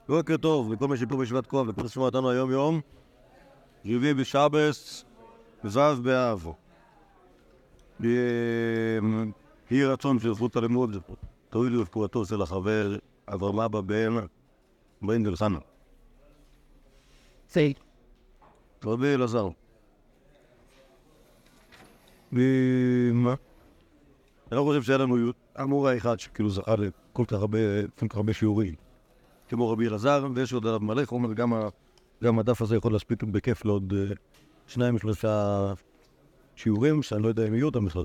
בוקר טוב לכל מי שפה בישיבת כוח וכל שומע אותנו היום יום רביעי בשבס ו' באב. יהי רצון של זכות הלימוד תועיל לפקורתו של החבר אברהם אבא בן דלחנה רבי אלעזר. אני לא חושב שהיה לנו המורה אחד שכאילו זכה לכל כך הרבה שיעורים כמו רבי אלעזר, ויש עוד עליו מלא חומר, גם הדף הזה יכול להספיק בכיף לעוד 2-3 שיעורים, שאני לא יודע אם יהיו אותם בכלל.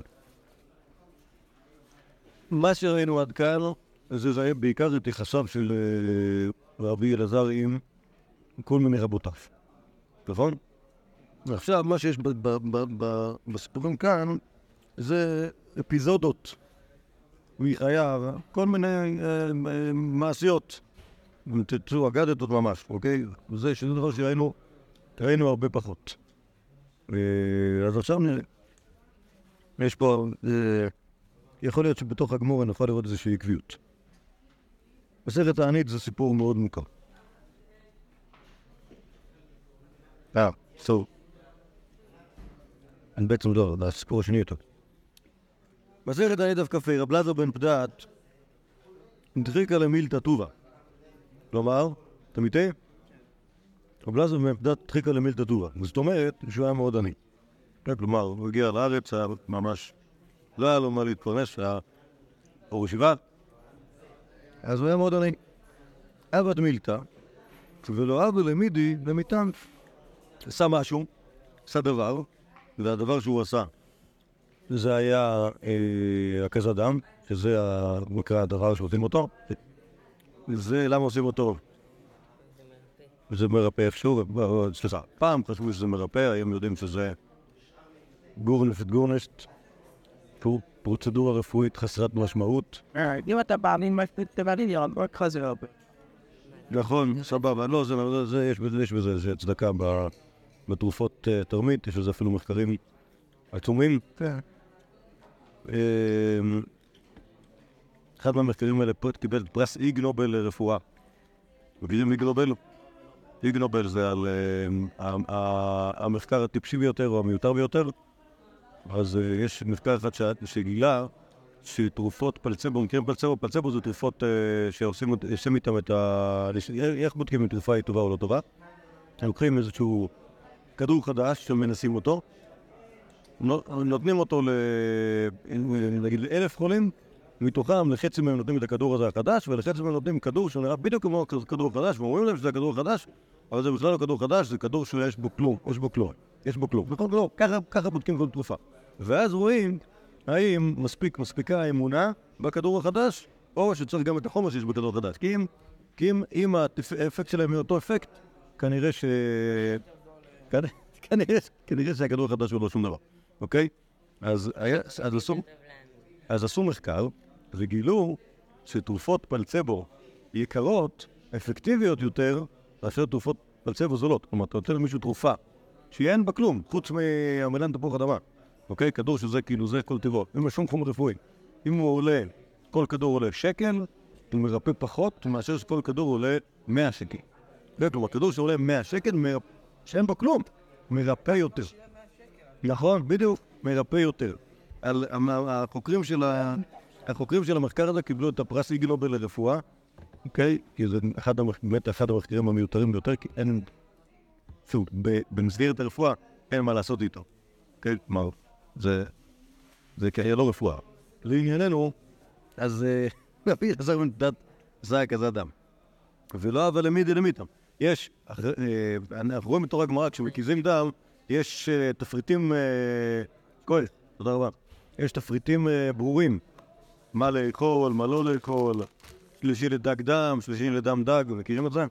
מה שראינו עד כאן, זה היה בעיקר את יחסיו של רבי אלעזר עם כל מיני רבותיו, נכון? ועכשיו, מה שיש בסיפורים כאן, זה אפיזודות מחייו, כל מיני מעשיות. תצאו אגדתות ממש, אוקיי? וזה שזה דבר שראינו הרבה פחות. אז עכשיו נראה. יש פה, יכול להיות שבתוך הגמור אני יכול לראות איזושהי עקביות. מסכת תענית זה סיפור מאוד מוכר. אני בעצם לא, זה הסיפור השני יותר. מסכת תענית דף כ"ה, רב אלעזר בן פדת, דחיקה למילתא טובה. כלומר, אתה מתאה? רב אלעזר בן פדת דחיקה למילתא טובה. זאת אומרת שהוא היה מאוד עני. כלומר, הוא הגיע לארץ, היה ממש, לא היה לו מה להתפרנס, היה אור ישיבה. אז הוא היה מאוד עני. עבד מילתא, ולא עבד למידי למיתם. עשה משהו, עשה דבר, והדבר שהוא עשה, זה היה הקזת דם, שזה נקרא הדבר שעושים אותו. וזה, למה עושים אותו? זה מרפא אפשור, סליחה, פעם חשבו שזה מרפא, היום יודעים שזה גורנשט, פרוצדורה רפואית חסרת משמעות. אם אתה מאמין מה שתבא לי, רק חזר הרבה. נכון, סבבה, לא, יש בזה צדקה בתרופות תרמית, יש לזה אפילו מחקרים עצומים. אחד מהמחקרים האלה קיבל פרס איג נובל לרפואה. מכירים איג נובל? איג נובל זה על המחקר הטיפשי ביותר או המיותר ביותר. אז יש מחקר אחד שגילה שתרופות פלצבו, מכירים פלצבו? פלצבו זה תרופות שעושים איתם את איך בודקים אם תרופה היא טובה או לא טובה? הם לוקחים איזשהו כדור חדש שמנסים אותו, נותנים אותו נגיד ל1,000 חולים, מתוכם לחצי מהם נותנים את הכדור הזה החדש, ולחצי מהם נותנים כדור שנראה בדיוק כמו כדור חדש, ואומרים להם שזה הכדור חדש, אבל זה בכלל לא כדור חדש, זה כדור שיש בו כלום, יש בו כלום. ככה בודקים כל תרופה. ואז רואים האם מספיקה האמונה בכדור החדש, או שצריך גם את החומר שיש בכדור החדש. כי אם האפקט שלהם הוא אותו אפקט, כנראה שהכדור החדש הוא לא שום דבר. אוקיי? אז עשו מחקר, וגילו שתרופות פלצבו יקרות, אפקטיביות יותר, מאשר תרופות פלצבו זולות. כלומר, אתה נותן למישהו תרופה, שאין בה כלום, חוץ מהמלן תפוח אדמה. אוקיי? כדור שזה כאילו זה כל טבעו, אין שום חומר רפואי. אם הוא עולה, כל כדור עולה שקל, הוא מרפא פחות, מאשר שכל כדור עולה 100 שקל. כלומר, כדור שעולה 100 שקל, שאין בו כלום, מרפא יותר. נכון, בדיוק, מרפא יותר. החוקרים של המחקר הזה קיבלו את הפרס איג נובל לרפואה, אוקיי? כי זה באמת אחד המחקרים המיותרים ביותר, כי אין, במסגרת הרפואה אין מה לעשות איתו. אוקיי? כלומר, זה כהיה לא רפואה. לענייננו, אז רבי אלעזר בן פדת עשה כזאת דם. ולא אבל למידי למיתם. אנחנו רואים בתור הגמרא, כשמקיזים דם, יש תפריטים, תודה רבה, יש תפריטים ברורים, מה לאכול, מה לא לאכול, שלישי לדג דם, שלישי לדם דג, מכירים את זה?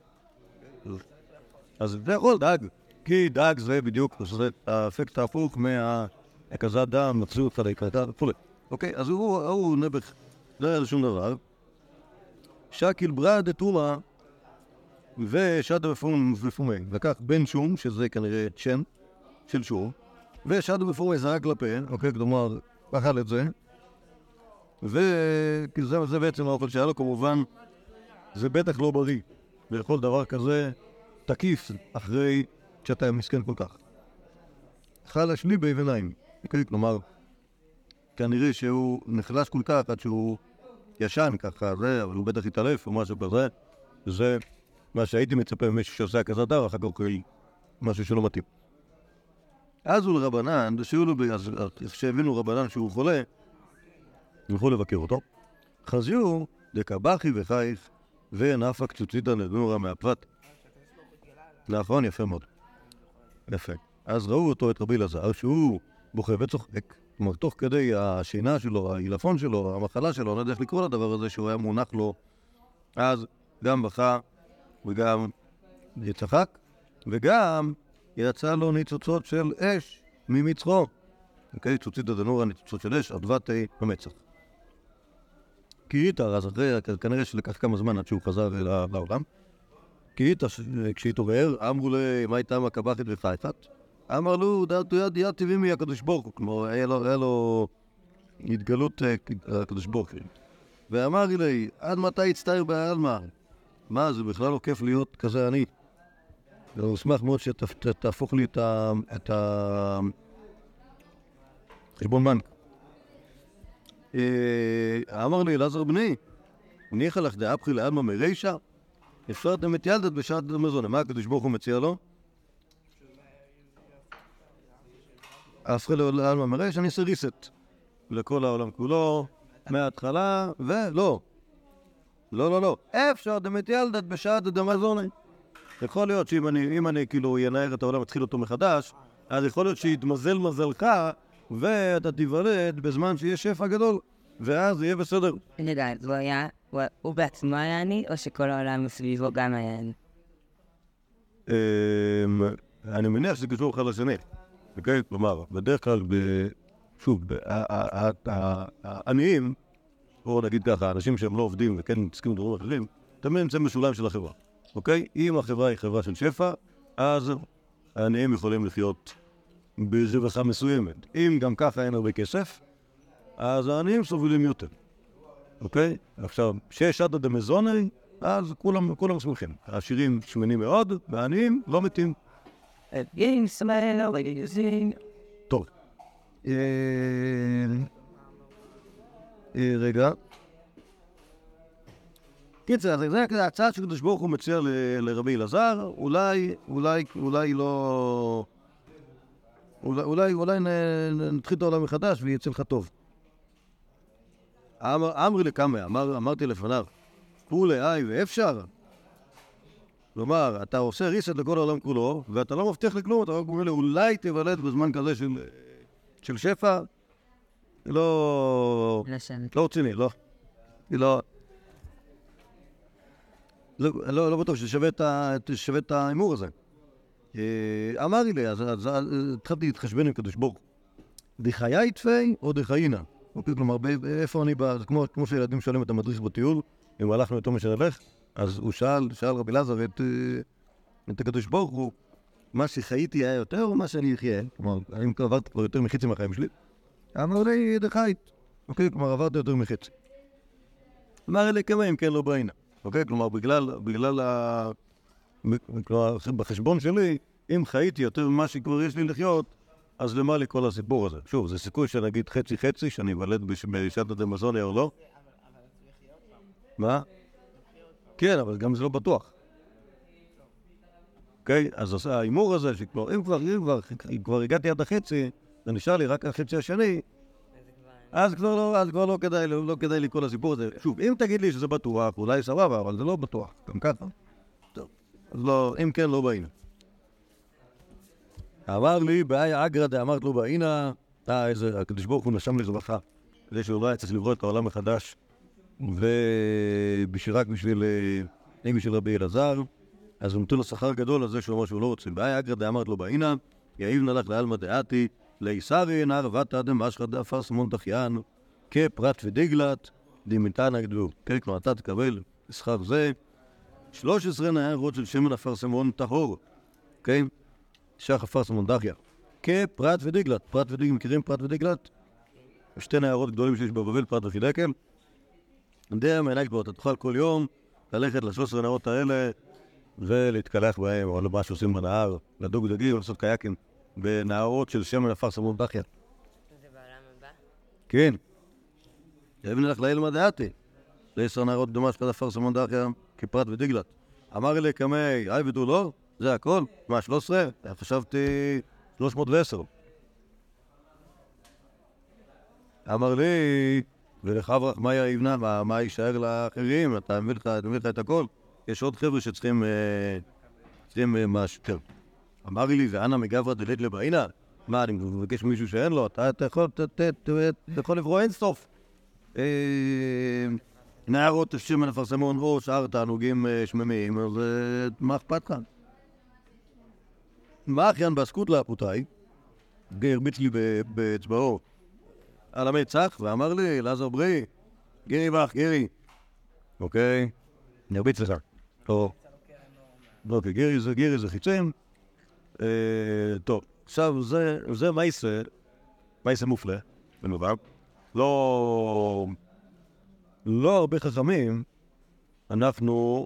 אז זה יכול דג, כי דג זה בדיוק, זה האפקט ההפוך מהקזת דם, מצאו אותך להיקלטה וכו'. אוקיי, אז הוא נבח, לא היה שום דבר, שקיל ברד תרומה, ושד ופומי, לקח בן שום, שזה כנראה שן, של שור, ושד ופומי זרק לפה, אוקיי, כלומר, אכל את זה, וזה בעצם האוכל שהיה לו, כמובן, זה בטח לא בריא, לאכול דבר כזה תקיף אחרי שאתה מסכן כל כך. אכל השני באבניים. כלומר, כנראה שהוא נחלש כל כך עד שהוא ישן ככה, אבל הוא בטח התעלף או משהו כזה. זה מה שהייתי מצפה ממישהו שעושה כזה דבר, אחר כך משהו שלא מתאים. אז הוא לרבנן, כשהבינו רבנן שהוא חולה, הלכו לבקר אותו. חזיו דקבחי וחייך ונפה קצוציתא נדנורא מהפרת. נכון, יפה מאוד. יפה. אז ראו אותו, את רבי אלעזר, שהוא בוכה וצוחק. כלומר, תוך כדי השינה שלו, העילפון שלו, המחלה שלו, לא יודע איך לקרוא לדבר הזה, שהוא היה מונח לו, אז גם בכה וגם צחק, וגם יצא לו ניצוצות של אש ממצחו. אוקיי, ציצותא דנורא, ניצוצות של אש, עדבתי במצח. כי איתר, אז אחרי, כנראה שלקח כמה זמן עד שהוא חזר לעולם, כי איתר, כשהתעורר, אמרו לי, מה הייתה מקבחת וחייכת? אמר לו, דעתו יד טבעי מהקדוש ברוך הוא, כלומר, היה לו התגלות הקדוש ברוך הוא. ואמר לי, עד מתי יצטער בעלמא? מה, זה בכלל לא כיף להיות כזה עני. ואני אשמח מאוד שתהפוך לי את החשבון בנק. אמר לי, אלעזר בני, ניחא לך דאפחי לעלמא מרישא, הפשרתם את ילדת בשעת המזון. מה הקדוש ברוך הוא מציע לו? הפכי לעלמא מרישא, אני אעשה ריסט לכל העולם כולו, מההתחלה, ולא. לא. הפשרתם את ילדת בשעת המזון. יכול להיות שאם אני כאילו ינער את העולם, אתחיל אותו מחדש, אז יכול להיות שיתמזל מזלך, ואתה תיוולד בזמן שיש שפע גדול, ואז יהיה בסדר. אני יודעת, הוא בעצמו היה עני, או שכל העולם מסביבו גם היה עני? אני מניח שזה קשור אחד לשני. אוקיי? כלומר, בדרך כלל, שוב, העניים, או נגיד ככה, האנשים שהם לא עובדים וכן מתעסקים בדברים אחרים, תמיד נמצאים בשוליים של החברה. אוקיי? אם החברה היא חברה של שפע, אז העניים יכולים לחיות ברווחה מסוימת. אם גם ככה אין הרבה כסף, אז העניים סובלים יותר. אוקיי? עכשיו, שיש עד דמזוני, אז כולם שמחים. העשירים שמנים מאוד, והעניים לא מתים. טוב. רגע. קיצר, זה הצעה שקדוש ברוך הוא מציע לרבי אלעזר, אולי נתחיל את העולם מחדש ויצא לך טוב. אמרי לקמא, אמרתי לפניו, כולי ואפשר. כלומר, אתה עושה ריסט לכל העולם כולו, ואתה לא מבטיח לכלום, אתה רק אומר לי, אולי תיוולד בזמן כזה של שפע, לא רציני, לא בטוח ששווה את האימור הזה. אמר לי, אז התחלתי להתחשבן עם קדוש ברוך. דחיי תפי או דחיינה? כלומר, איפה אני בא? כמו שילדים שואלים את המדריך בטיול, אם הלכנו איתו משנלך, אז הוא שאל רבי אלעזר את הקדוש ברוך הוא, מה שחייתי היה יותר או מה שאני אחיה? כלומר, אני עברתי כבר יותר מחצי מהחיים שלי. אמר לי, דחיית. אוקיי, כלומר, עברתי יותר מחצי. אמר לי, כמה אם כן לא בעינה. אוקיי, כלומר, כלומר, בחשבון שלי, אם חייתי יותר ממה שכבר יש לי לחיות, אז למה לי כל הסיפור הזה? שוב, זה סיכוי שנגיד חצי, שאני אוולד בשעת הדמזוניה או לא. מה? כן, אבל גם זה לא בטוח. אוקיי, אז האימור הזה, אם כבר הגעתי עד החצי, זה נשאר לי רק החצי השני, אז כבר לא כדאי לי כל הסיפור הזה. שוב, אם תגיד לי שזה בטוח, אולי סבבה, אבל זה לא בטוח. גם ככה. טוב. אז לא, אם כן, לא בעינה. אמר לי, בעיה אגרא דאמרת לו בעינה, איזה, הקדוש ברוך הוא נשם לזרחה, כדי שהוא לא היה צריך לברוא את העולם מחדש, רק בשביל רבי אלעזר, אז הוא נותן לו שכר גדול על זה שהוא אמר שהוא לא רוצה. בעיה אגרא דאמרת לו בעינה, יאיב נלך לעלמא דעתי, ליסרי נער ותא דמשחא דאפרסמון דחיין, כפרת ודגלת, דמיתנא גדלו. כן, כלומר, אתה תקבל שכר זה, 13 נערות של שמן אפרסמון טהור, כן? שח אפרסמון דחיה. כפרת ודגלת. פרת ודגלת, מכירים פרת ודגלת? שתי נערות גדולים שיש בבבל, פרת וחידקל. דעה מעינק בו, אתה תוכל כל יום ללכת ל13 נערות האלה ולהתקלח בהם, או מה שעושים בנהר, לדוג דגים, לעשות קייקים בנהרות של שמן עפר סמון דחיה. זה בעולם הבא? כן. אבן לך לאל מדעתי. זה 10 נהרות דמשק עפר סמון דחיה, כפרת ודגלת. אמר לי כמי, היי ודו לא? זה הכל? מה, 13? חשבתי 310. אמר לי, ולחברך מה יבנה, מה יישאר לאחרים? אתה מביא לך את הכל? יש עוד חבר'ה שצריכים משהו. אמר לי, ואנה מגברא דלית לבעינה? מה, אני מבקש מישהו שאין לו? אתה יכול לברוא אין סוף. נערות שמן אפרסמון או שאר תענוגים שממיים, אז מה אכפת לך? מה אחיין בעסקות לאפותי? הרביץ לי באצבעו על המצח, ואמר לי, אלעזר ברי, גירי בך, גירי. אוקיי, נרביץ לך. אוקיי, גירי זה חיצים. טוב, עכשיו זה מייסה מופלא, בנובב. לא הרבה חכמים, אנחנו,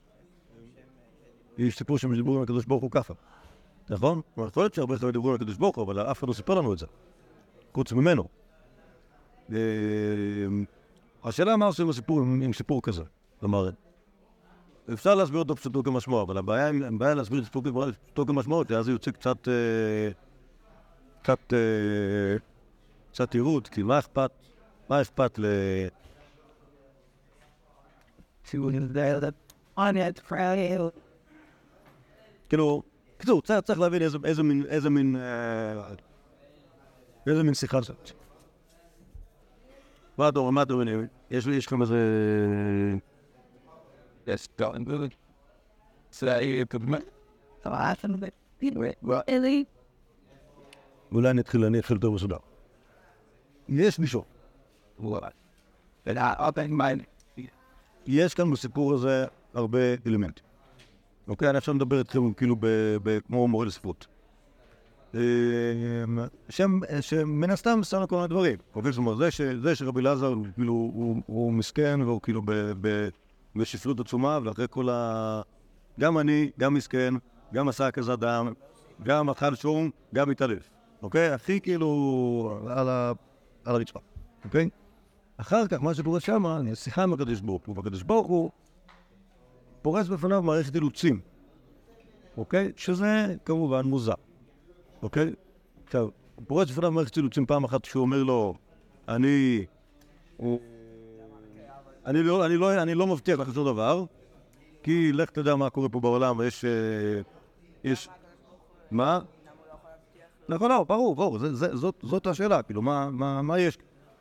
יש סיפור שהם דיברו עם הקדוש ברוך הוא ככה, נכון? יכול להיות שהרבה חכמים דיברו עם הקדוש ברוך הוא, אבל אף אחד לא סיפר לנו את זה, חוץ ממנו. השאלה מה עושים עם סיפור כזה, כלומר, אפשר להסביר אותו פשוטו כמשמעו, אבל הבעיה להסביר את פשוטו כמשמעו, אז זה יוצא קצת עירות, כי מה אכפת כאילו, צריך להבין איזה מין שיחה זאת. מה אתה אומר? יש לכם איזה... Yes, don't do it. Say it, man. So I think that really. אולי אני אתחיל יותר מסודר. יש מישהו. יש כאן בסיפור הזה הרבה אלמנטים. אוקיי, אני עכשיו מדבר איתכם כאילו כמו מורה לספרות. שמן הסתם מסתכל כל מיני דברים. זאת אומרת, זה שרבי אלעזר הוא מסכן והוא כאילו בשפלות עצומה, ואחרי כל גם אני, גם מסכן, גם עשה כזה דם, גם אכל שום, גם התעלף. אוקיי? הכי כאילו על הרצפה. אוקיי? אחר כך, מה שקורה שם, אני שיחה עם הקדוש ברוך הוא, והקדוש ברוך הוא פורס בפניו מערכת אילוצים. אוקיי? שזה כמובן מוזר. אוקיי? עכשיו, הוא פורס בפניו מערכת אילוצים פעם אחת שהוא אומר לו, אני לא מבטיח לך שום דבר, כי לך תדע מה קורה פה בעולם, יש... מה? נכון, לא, ברור, זאת השאלה, כאילו, מה יש?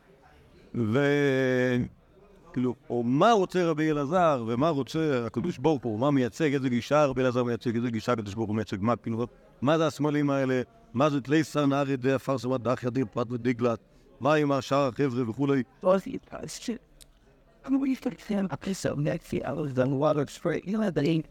וכאילו, או מה רוצה רבי אלעזר, ומה רוצה הקדוש ברוך הוא, מה מייצג, איזה גישה רבי אלעזר מייצג, איזה גישה הקדוש ברוך הוא מייצג, מה, כאילו, מה זה הסמלים האלה, מה זה תלי סרנר ידי עפר סמון דחיה דיר פרת ודגלת, מה עם השאר החבר'ה וכולי. I'm going to say, okay, so next year I was done water spray. You know that he...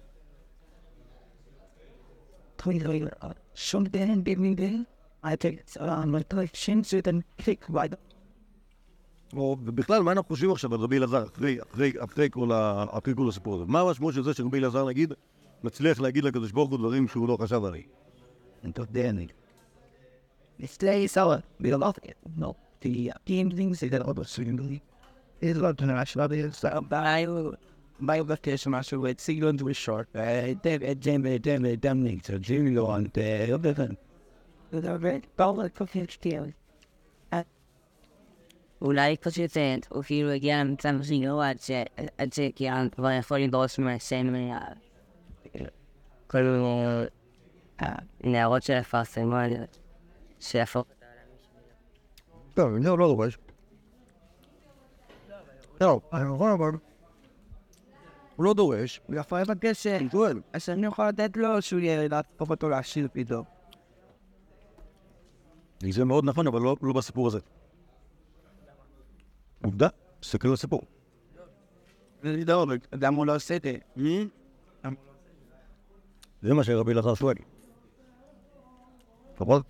Something gave me there. I take it my collection, so then click right. ובכלל, מה אנחנו חושבים עכשיו על רבי אלעזר, אחרי כל הסיפור הזה? מה המשמעות של זה שרבי אלעזר, נגיד, מצליח להגיד לקדוש ברוך הוא דברים שהוא לא חשב עליהם? Into Danny. It's day sour. We love it. No, the game things that are absolutely. It's not international. It's my vacation master with Sealand was short. Damn so Jimmy on the other than the red ball of cooking steel. אולי פשוט הוא כאילו הגיע למצב שגרוע עד שכאילו כבר יכול לדרוש מהשם כל מיני נערות של אפרסמון שיהפוך את העולם לא דורש. לא, הוא לא דורש. הוא יכול לבקש אז אני יכול לתת לו שהוא יהיה להפוך אותו להשאיר פתאום. זה מאוד נכון, אבל לא בסיפור הזה. עובדה, סתכל על הסיפור. למה הוא לא עושה את זה? זה מה שרבי אלעזר שואל. לפחות?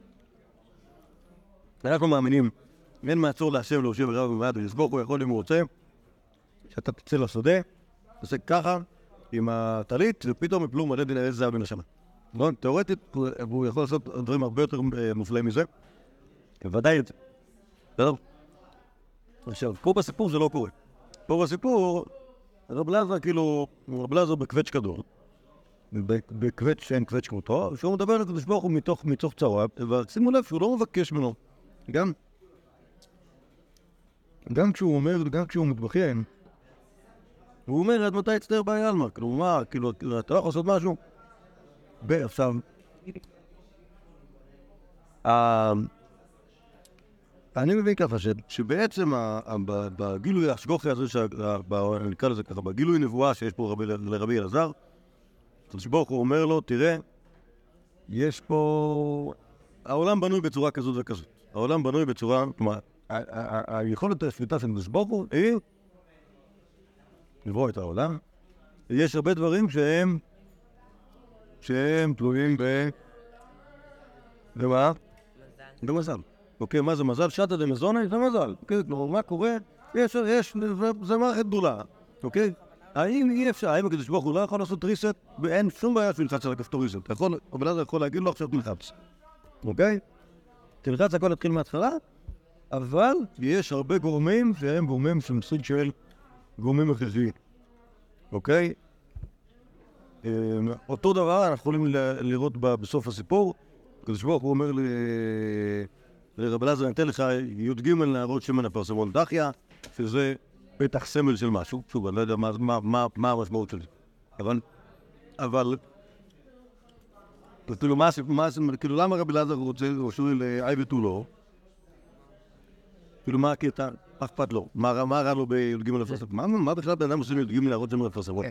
אנחנו מאמינים, אין מעצור להשם להושיב ברב ומעט ולסגור, הוא יכול אם הוא רוצה, שאתה תצא לשדה, תעשה ככה, עם הטלית, ופתאום יפלו מלא דינרי זהב מן השמיים. לא, תיאורטית, הוא יכול לעשות דברים הרבה יותר מופלאים מזה. ודאי את זה. בסדר? עכשיו, פה בסיפור זה לא קורה. פה בסיפור, רב אלעזר כאילו, רב אלעזר בקווץ' כדור. בקווץ' שאין קווץ' כמותו, שהוא מדבר על הקדוש ברוך הוא מתוך צרה, ושימו לב שהוא לא מבקש ממנו. גם כשהוא אומר, גם כשהוא מתבכיין, הוא אומר, עד מתי יצטער בעיה עלמא? כאילו, מה, כאילו, אתה לא יכול לעשות משהו? עכשיו, אני מבין ככה שבעצם בגילוי השגוחי הזה, נקרא לזה ככה, בגילוי נבואה שיש פה לרבי אלעזר, הקדוש ברוך הוא אומר לו, תראה, יש פה... העולם בנוי בצורה כזאת וכזאת. העולם בנוי בצורה... כלומר, היכולת השליטה של הקדוש ברוך הוא היא לברוא את העולם. יש הרבה דברים שהם תלויים במה? במזל. אוקיי, מה זה מזל? שטה דמזונה זה מזל. אוקיי, כלומר, מה קורה? זה מערכת גדולה. אוקיי? האם אי אפשר, האם הקדוש ברוך הוא לא יכול לעשות ריסט, ואין שום בעיה שילחץ על הכפתור ריסט. אבל אז יכול להגיד לו עכשיו תלחץ. אוקיי? תלחץ הכל להתחיל מההתחלה, אבל יש הרבה גורמים שהם גורמים שהם סוג של גורמים הכרחיים. אוקיי? אותו דבר אנחנו יכולים לראות בסוף הסיפור. הקדוש ברוך הוא אומר לרב אלעזר, אני אתן לך י"ג נערות שמן אפרסמון דחיה, שזה בטח סמל של משהו. שוב, אני לא יודע מה המשמעות של זה. אבל כאילו למה רב אלעזר רוצה שואל לאי ותו לא? כאילו מה הקטע? אף פעם לא. מה רע לו בי"ג אפרסמון? מה בכלל בן אדם עושים י"ג נערות שמן אפרסמון?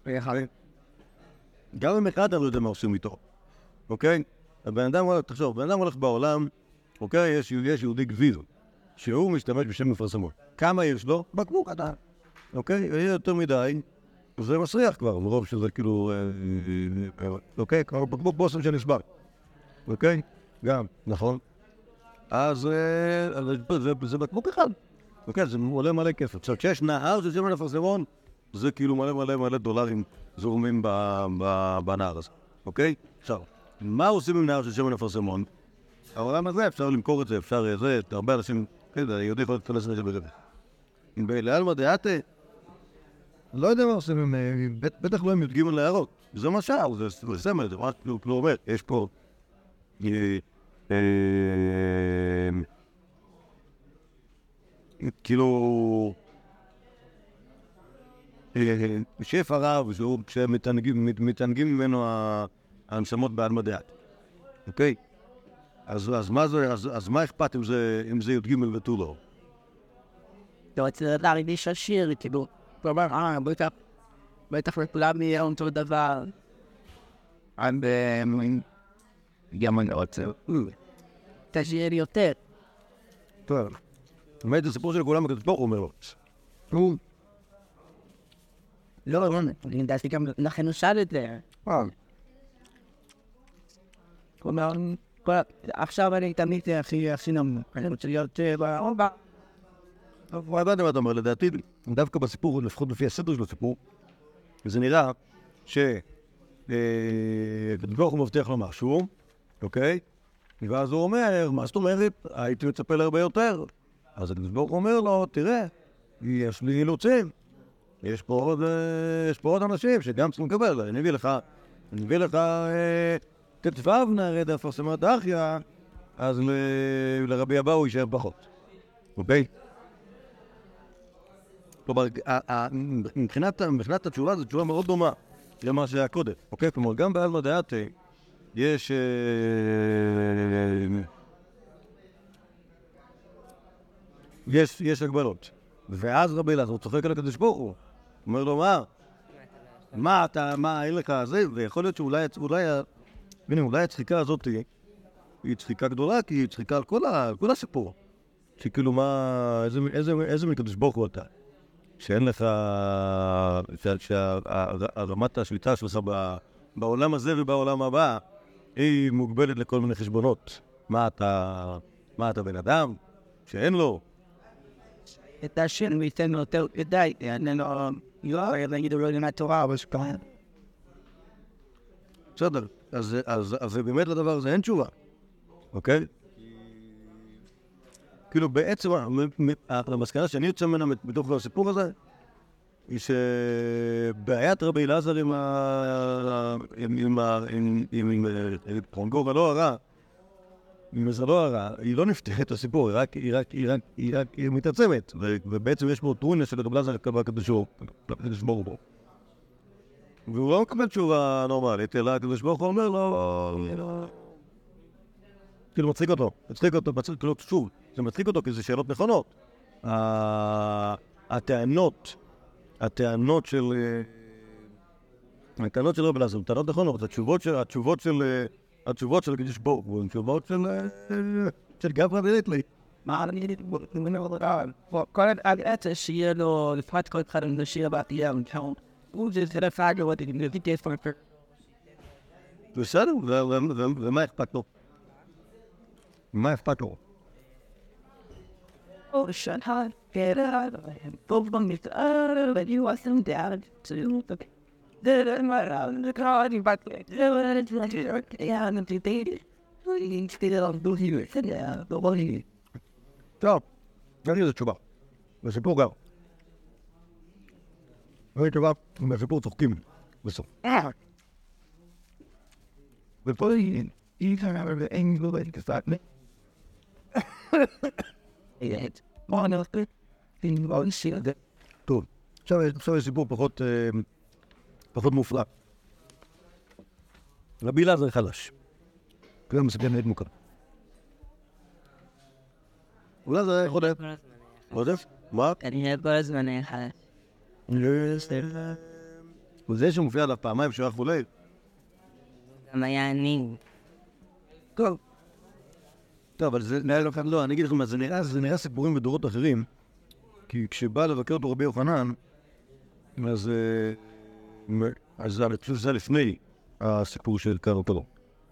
גם אם אחד אני לא יודע מה עושים איתו. אוקיי? הבן אדם הולך בעולם, אוקיי? יש יהודי גביר, שהוא משתמש בשם מפרסמון. כמה יש לו? בקבוק קטן. אוקיי? יהיה יותר מדי, זה מסריח כבר, מרוב שזה כאילו... אוקיי? כבר בקבוק בושם שנשבר. אוקיי? גם, נכון. אז זה בקבוק אחד. אוקיי? זה עולה מלא כסף. עכשיו, כשיש נהר של שמן אפרסמון, זה כאילו מלא דולרים זורמים בנהר הזה. אוקיי? עכשיו, מה עושים עם נהר של שמן אפרסמון? העולם הזה אפשר למכור את זה, אפשר זה, הרבה אנשים, יהודי יכול להתכנס לזה בגלל. אם בעלמא דעתה, לא יודע מה עושים עם, בטח לא הם י"ג להערות. זה משל, זה סמל, זה מה שהוא אומר. יש פה... כאילו... שף הרב, שמתענגים ממנו הנשמות בעלמא דעתה. אוקיי? אז מה אכפת אם זה י"ג ותו לא? אתה רוצה להרגיש עשיר, כאילו, כלומר, בטח לכולם יהיה אותו דבר. גם אני רוצה. תשאיר יותר. טוב. באמת זה סיפור של כולם הקדוש ברוך הוא אומר לו. לא, אני יודעתי גם לכן הוא שאל את זה. כלומר, עכשיו אני תמיד הכי נמוך. אני רוצה להיות ברובע. אבל לא יודע מה אתה אומר, לדעתי, דווקא בסיפור, לפחות לפי הסדר של הסיפור, זה נראה שקדוש ברוך הוא מבטיח לו משהו, אוקיי? ואז הוא אומר, מה זאת אומרת? הייתי מצפה להרבה יותר. אז הקדוש ברוך הוא אומר לו, תראה, יש לי אילוצים. יש פה עוד אנשים שגם צריכים לקבל. אני מביא לך תתבב נרד אפרסמון דחיה, אז לרבי אבאו יישאר פחות. אוקיי? כלומר, מבחינת התשובה, זו תשובה מאוד דומה למה שהיה קודם. אוקיי? כלומר, גם בעלמא דעתה יש הגבלות. ואז רבי אלעזר צוחק על הקדוש ברוך הוא. אומר לו, מה, אין לך זה? ויכול להיות אולי הצחיקה הזאת היא צחיקה גדולה, כי היא צחיקה על כל הסיפור. שכאילו איזה מקדוש ברוך הוא אתה? שאין לך, שהרמת השליטה שלך בעולם הזה ובעולם הבא, היא מוגבלת לכל מיני חשבונות. מה אתה בן אדם? שאין לו. את השם וייתן לו יותר כדאי, אני לא, יגידו לו למה תורה, אבל שכאן. בסדר. אז באמת לדבר הזה אין תשובה, אוקיי? כאילו בעצם, המסקנה שאני יוצא ממנה בתוך הסיפור הזה, היא שבעיית רבי אלעזר עם פרונגור הלא הרע, עם זה לא הרע, היא לא נפתרת הסיפור, היא מתעצמת, ובעצם יש פה טרוניה של רבי אלעזר הקדוש ברוך הוא. והוא לא מקבל תשובה נורמלית, אלא הקדוש ברוך הוא אומר לו, כאילו מצחיק אותו, כאילו שוב, זה מצחיק אותו כי זה שאלות נכונות. הטענות של רבי אלעזר, טענות נכונות, התשובות של הקדוש ברוך הוא, התשובות של גבריאל ליטלי. מה אני כל העצה שיהיה לו לפרט כל אחד אנשים about the young town. הוא זה לפגר what he did for her. בסדר, ומה אכפת לו? מה אכפת לו? Oh, shut up, get out of him. Both of them but you want them down to the crowd, but yeah, and the baby. We still do here. Yeah, the one. טוב, אני איזה תשובה. בסיפור גם. אני תשובה, בסיפור צוחקים בסוף. ופה היא קרה ואין לו את כפת מי. מה אני עושה? אני לא נשאיר את זה. טוב, עכשיו יש סיפור פחות מופלא. רבי אלעזר חלש. כולם מספרים את מוכר. אולי זה חודף. חודף? מה? כנראה כל הזמן היה חלש. וזה שמופיע עליו פעמיים שהוא היה חולה. גם היה עני. טוב. טוב, אבל זה נראה לכם, לא, אני אגיד לכם מה, זה נראה סיפורים בדורות אחרים, כי כשבא לבקר אותו רבי יוחנן, אז אני חושב שזה לפני הסיפור של קרפלו.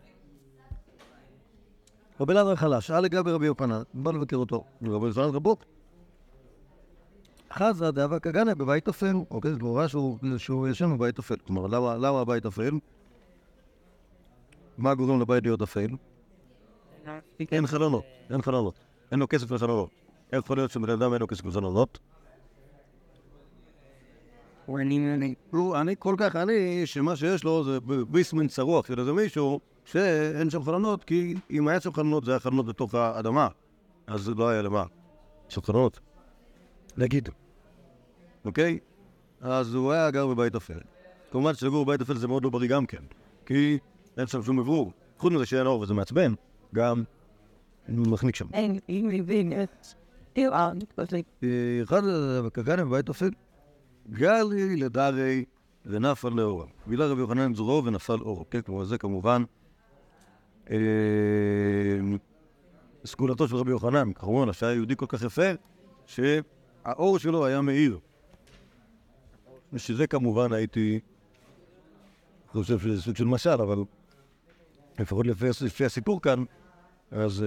רבי אלעזר חלש, לגבי רבי יוחנן, בא לבקר אותו, רבי יוחנן רבות. חזה דאבה כגנה בבית אפל, אוקיי, זה ברורה שהוא ישן בבית אפל. כלומר, למה הבית אפל? מה גורם לבית להיות אפל? אין חלונות. אין לו כסף לחלונות. איך יכול להיות שבן אדם אין לו כסף לחלונות? אני כל כך עני שמה שיש לו זה ביסמנט צרוח של איזה מישהו שאין שם חלונות, כי אם היה שם חלונות זה היה חלונות בתוך האדמה, אז זה לא היה למה. שם חלונות. להגיד. אוקיי? אז הוא היה גר בבית אפל. כמובן שלגור בבית אפל זה מאוד לא בריא גם כן, כי אין שם שום אוורור. חוץ מזה שאין אור וזה מעצבן, גם מחניק שם. אין, אם מבין את תיאורן, אחד כגנה בבית אפל, גלי לדרי ונפל לאורה. בילה רבי יוחנן זרועו ונפל אור. כן, כמו זה כמובן סגולתו של רבי יוחנן, כמובן, שהיה יהודי כל כך יפה, שהאור שלו היה מאיר. ושזה כמובן הייתי חושב שזה סוג של משל, אבל לפחות לפי הסיפור כאן, אז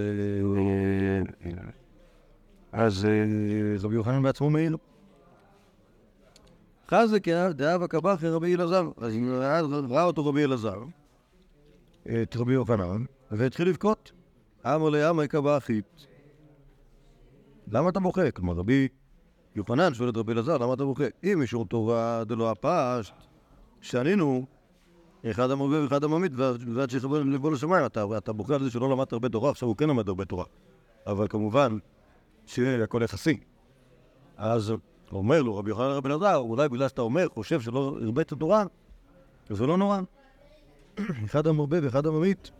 רבי יוחנן בעצמו מאיר. חזה דאבה קבח רבי אלעזר, אז ראה אותו רבי אלעזר, את רבי יוחנן, והתחיל לבכות. אמר לי, קבחית. למה אתה בוכה? כלומר, רבי יוחנן שואל את רבי אלעזר, למה אתה בוכה? אם משום תורה דלא הפשט, שענינו, אחד המרבה ואחד הממית, ועד שיחבר לבוא לשמיים, אתה בוכה על זה שלא למדת הרבה תורה, עכשיו הוא כן למד הרבה תורה. אבל כמובן, שהכל יחסי. אז אומר לו רבי יוחנן רבי אלעזר, אולי בגלל שאתה אומר, חושב שלא הרבית תורה, זה לא נורא. אחד המרבה ואחד הממית,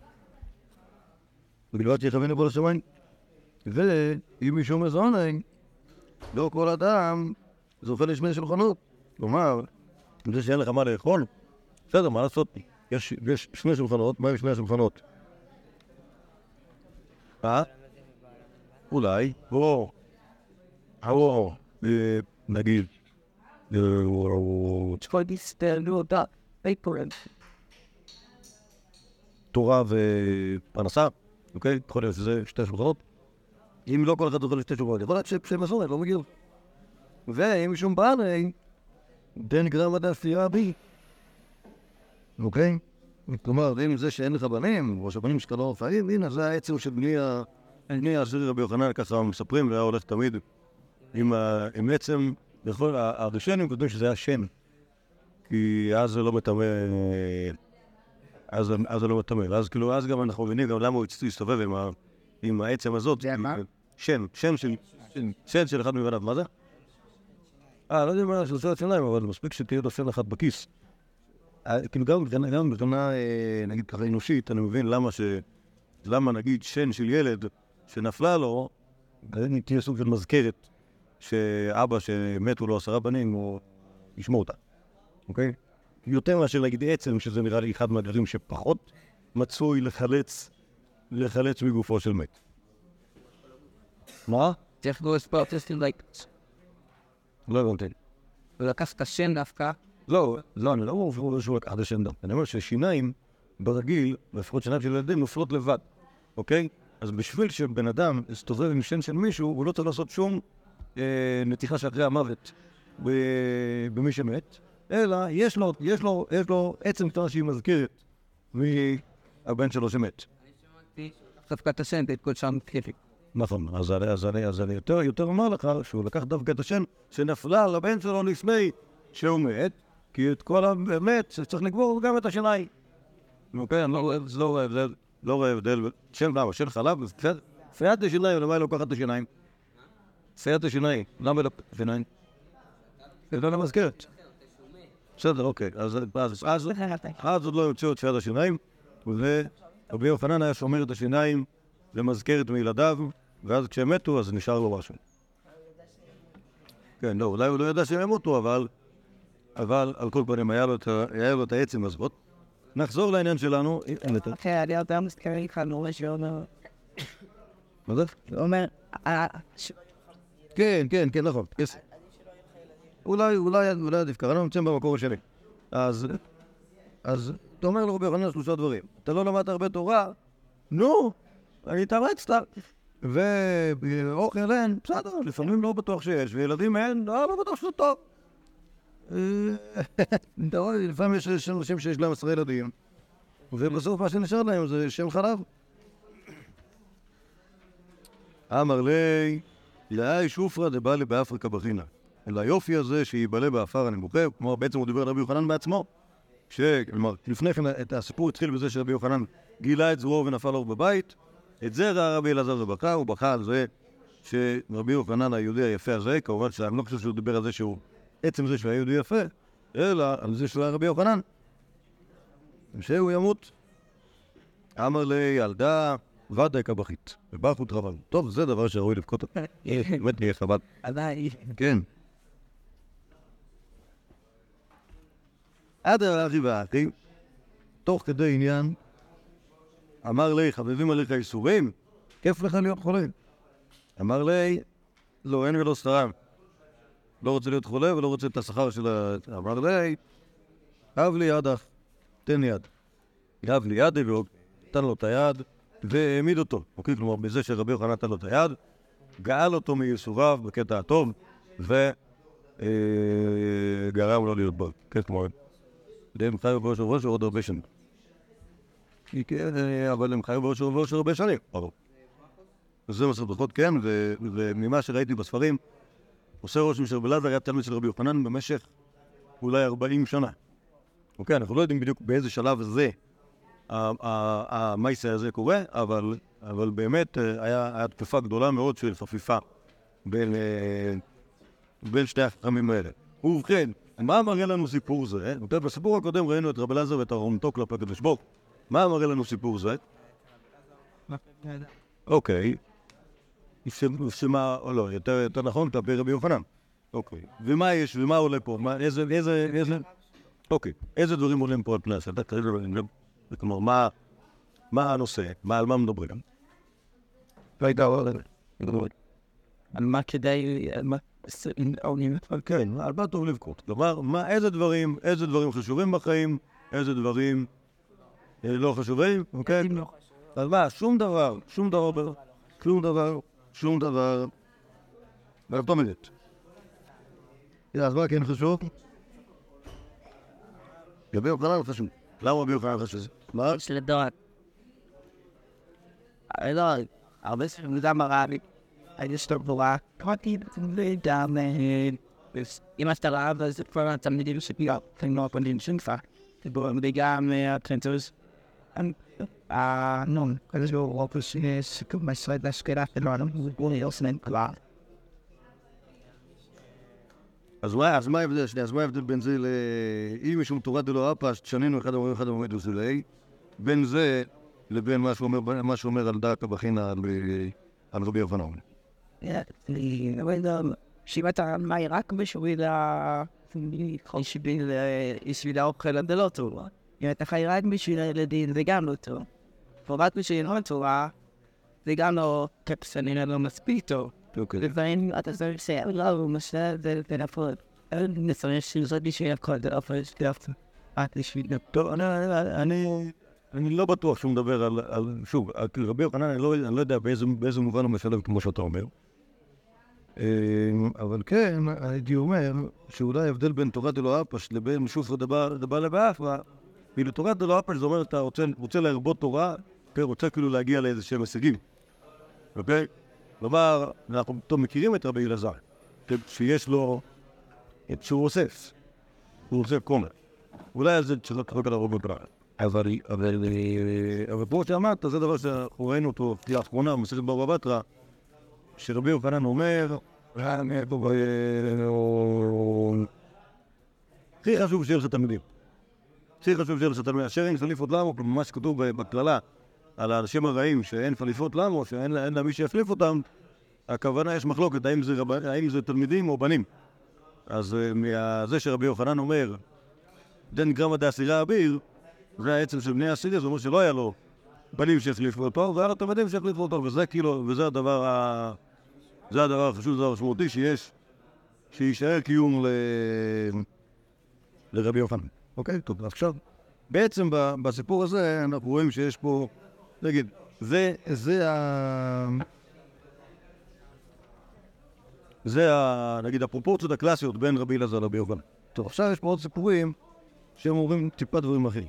ובלבד שיכוון לבוא לשמיים. ואם מישהו מזונן, לא כל אדם זוכה לשמי שולחנות. כלומר, אם זה שאין לך מה לאכול, בסדר, מה לעשות? יש שני שולחנות, מה עם שני השולחנות? אולי, נגיד, תורה ופרנסה, אוקיי? יכול להיות שזה שתי שולחנות. אם לא כל אחד זוכה לשתי שולחנות, יכול להיות שמסורת, לא מגיע. ואם שום בעלי, דן גרם עד העשייה בי. אוקיי? כלומר, אם זה שאין לך בנים, או שהבנים שלך לא רפאים, הנה, זה העצם של בני השרי רבי יוחנן, ככה מספרים, והיה הולך תמיד עם עצם, הראשונים כותבים שזה היה שם, כי אז זה לא מטמא, אז זה לא מטמא, ואז כאילו, אז גם אנחנו מבינים גם למה הוא הסתובב עם העצם הזאת. זה מה? שם של אחד מבניו, מה זה? לא יודע מה, של סרט שיניים, אבל מספיק שתהיה לו שם אחד בכיס. כאילו גם מבחינה, נגיד ככה אנושית, אני מבין למה נגיד שן של ילד שנפלה לו, תהיה סוג של מזכרת שאבא שמתו לו 10 בנים, הוא ישמור אותה, אוקיי? יותר מאשר להגיד עצם, שזה נראה לי אחד מהדברים שפחות מצוי לחלץ מגופו של מת. מה? צריך לו ספורטסטים לייקס. לא הבנתי. הוא לקח את השן דווקא. לא, אני לא אומר שהוא לקח את השן דווקא. אני אומר ששיניים ברגיל, לפחות שיניים של ילדים, נופלות לבד, אוקיי? אז בשביל שבן אדם יסתובב עם שן של מישהו, הוא לא צריך לעשות שום נתיחה שאחרי המוות במי שמת, אלא יש לו עצם קטנה שהיא מזכרת מהבן שלו שמת. דווקא את השן, את כל שם כיפי. נכון, אז אני יותר אומר לך שהוא לקח דווקא את השן שנפלה לבן שלו לפני שהוא מת, כי את כל המת צריך לגבור גם את השיניים. אוקיי, אני לא רואה הבדל, למה? שן חלב, פיית השיניים, למה היא לוקחת את השיניים? פיית השיניים, למה היא לוקחת את השיניים? זה לא למזכרת. בסדר, אוקיי, אז עוד לא יוציאו את פיית השיניים, ורבי יוחנן היה שומר את השיניים למזכרת מילדיו, ואז כשהם מתו, אז נשאר לו משהו. כן, לא, אולי הוא לא ידע שהם ימותו, אבל על כל פנים היה לו את העצם הזאת. נחזור לעניין שלנו. אחרי, אני יודע מזכר לך, נורא שאומר... מה זה? הוא אומר... כן, נכון. אולי עדיף ככה, אנחנו נמצאים במקור השני. אז אתה אומר לרבי יוחנן 3 דברים. אתה לא למדת הרבה תורה, נו, אני אתאמץ. ואוכל אין, בסדר, לפעמים לא בטוח שיש, וילדים אין, לא בטוח שזה טוב. לפעמים יש אנשים שיש להם 10 ילדים, ובסוף מה שנשאר להם זה שם חלב. אמר לי, לאי שופרא דבא לי באפריקה בחינה. ליופי הזה שיבלה באפר הנמוכה, כמו בעצם הוא דיבר על רבי יוחנן בעצמו, כלומר, לפני כן הסיפור התחיל בזה שרבי יוחנן גילה את זרועו ונפל אור בבית, את זה ראה רבי אלעזר ובכה, הוא בכה על זה שרבי יוחנן היהודי היפה הזה, כמובן שאני לא חושב שהוא דיבר על זה שהוא עצם זה שהוא היהודי יפה, אלא על זה שהוא היה רבי יוחנן, שהוא ימות. אמר לי, ילדה, ודאי כבכית, ובכו תרבל. טוב, זה דבר שראוי לבכות. באמת נהיה חב"ד. עדיין. כן. אדרבה אחי ואחי, תוך כדי עניין, אמר לי, חביבים עליך איסורים, כיף לך להיות חולה. אמר לי, לא, אין ולא סתרם. לא רוצה להיות חולה ולא רוצה את השכר של אמר לי, אהב לי ידך, תן יד. אהב לי יד, ונתן לו את היד, והעמיד אותו. אוקיי, כלומר, בזה שרבי יוחנן נתן לו את היד, גאל אותו מייסוריו בקטע הטוב, וגרם לו להיות בו. כן, כלומר, הם חיו באושר ובאושר עוד הרבה שנים. אבל הם חיו באושר ובאושר הרבה שנים. זה מסר ברכות, כן, וממה שראיתי בספרים, עושה רושם שרבי אלעזר היה תלמיד של רבי יוחנן במשך אולי 40 שנה. אוקיי, אנחנו לא יודעים בדיוק באיזה שלב זה המייסה הזה קורה, אבל באמת היה תקופה גדולה מאוד של חפיפה בין שתי החכמים האלה. ובכן, מה מראה לנו סיפור זה? בסיפור הקודם ראינו את רבי אלעזר ואת הרומתו כלפי הקדוש ברוך הוא. מה מראה לנו סיפור זה? אוקיי. שמה, או לא, יותר נכון, כלפי רבי יוחנן. אוקיי. ומה יש, ומה עולה פה? אוקיי. איזה דברים עולים פה על פני הסרט? כלומר, מה הנושא? על מה מדברים? על מה כדאי... כן, על מה טוב לבכות. כלומר, איזה דברים חשובים בחיים, איזה דברים לא חשובים, אוקיי? אז מה, שום דבר. באותו מידת. אז מה כן חשוב? רבי יוחנן חשוב. למה רבי יוחנן חושב שזה? מה? של הדור. לא, הרבה שנים זה מראה, אני אשתור תורה, קראתי ודם, אמא שאתה רעב, אז כבר התלמידים שלי, לא הפנים שלך, וגם הטרנטוס, נו, כזה שהוא רופו שסיכום מסורת להשכרה שלנו, הוא יוסנן כבר. אז מה ההבדל שני? אז מה ההבדל בין זה אם יש תורה דלא אפא, שנינו אחד אומרים אחד אומרים וכולי, בין זה לבין מה שאומר על דעת הבחינה על רבי יוחנן. שאם אתה מאי רק בשביל האוכל זה לא טוב. אם אתה חי רק בשביל הילדים זה גם לא טוב. ורק בשביל לא טובה זה גם לא כפסנין, לא מספיק טוב. לפעמים אתה צריך לא משנה זה נפרד. נצטרך שזה בשביל הכל, זה לא פרש דווקא. את בשביל טוב, אני לא בטוח שהוא מדבר על... שוב, רבי יוחנן, אני לא יודע באיזה מובן הוא משלב כמו שאתה אומר. אבל כן, הייתי אומר שאולי ההבדל בין תורה דלא אפא לבין שופרא דבעלמא באפרא, ואילו תורה דלא אפא זה אומר, אתה רוצה להרבות תורה, רוצה כאילו להגיע לאיזה שהם הישגים. אוקיי? כלומר, אנחנו מכירים את רבי אלעזר, שיש לו, שהוא אוסף קומר. אולי על זה צריך לחלוק על הרוב בברכה. אבל כמו שאמרת, זה דבר שאנחנו ראינו אותו לאחרונה במסכת בבא בתרא, שרבי יוחנן אומר, הכי חשוב שיהיה לך תלמידים. הכי חשוב שיהיה לך תלמידים. אשר אין חליפות למו, מה שכתוב בכללה, על האנשים הרעים שאין חליפות למו, שאין לה מי שיחליף אותם, הכוונה יש מחלוקת, האם זה תלמידים או בנים. אז זה שרבי יוחנן אומר, דן גרמא דאסירא אביר, זה העצם של בני הסיריה, זאת אומרת שלא היה לו בנים שיחליפו אותו, והיה לו תלמידים שיחליפו אותו, וזה כאילו, וזה הדבר החשוב, זה הדבר המשמעותי שישאר קיום לרבי יוחנן. אוקיי, טוב, עכשיו, בעצם בסיפור הזה אנחנו רואים שיש פה, נגיד, נגיד, הפרופורציות הקלאסיות בין רבי אלעזר לרבי יוחנן. טוב, עכשיו יש פה עוד סיפורים שהם אומרים טיפה דברים אחרים.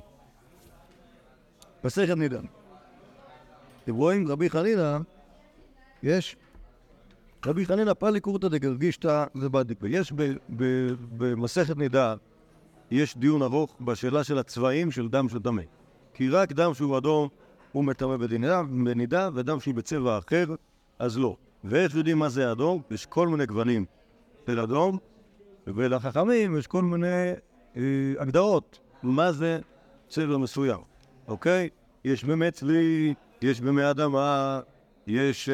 מסכת נידה. אתם רואים, רבי חנינא, רבי חנינא פאלי קורתא דגרגישתא ובדיקבא. יש במסכת נידה, יש דיון ארוך בשאלה של הצבעים של דם של טמא. כי רק דם שהוא אדום הוא מטמא בנידה, ודם שהוא בצבע אחר, אז לא. ואיך יודעים מה זה אדום? יש כל מיני גוונים של אדום, ולחכמים יש כל מיני הגדרות. מה זה צבע מסוים, אוקיי? יש במי צלי, יש במי אדמה, יש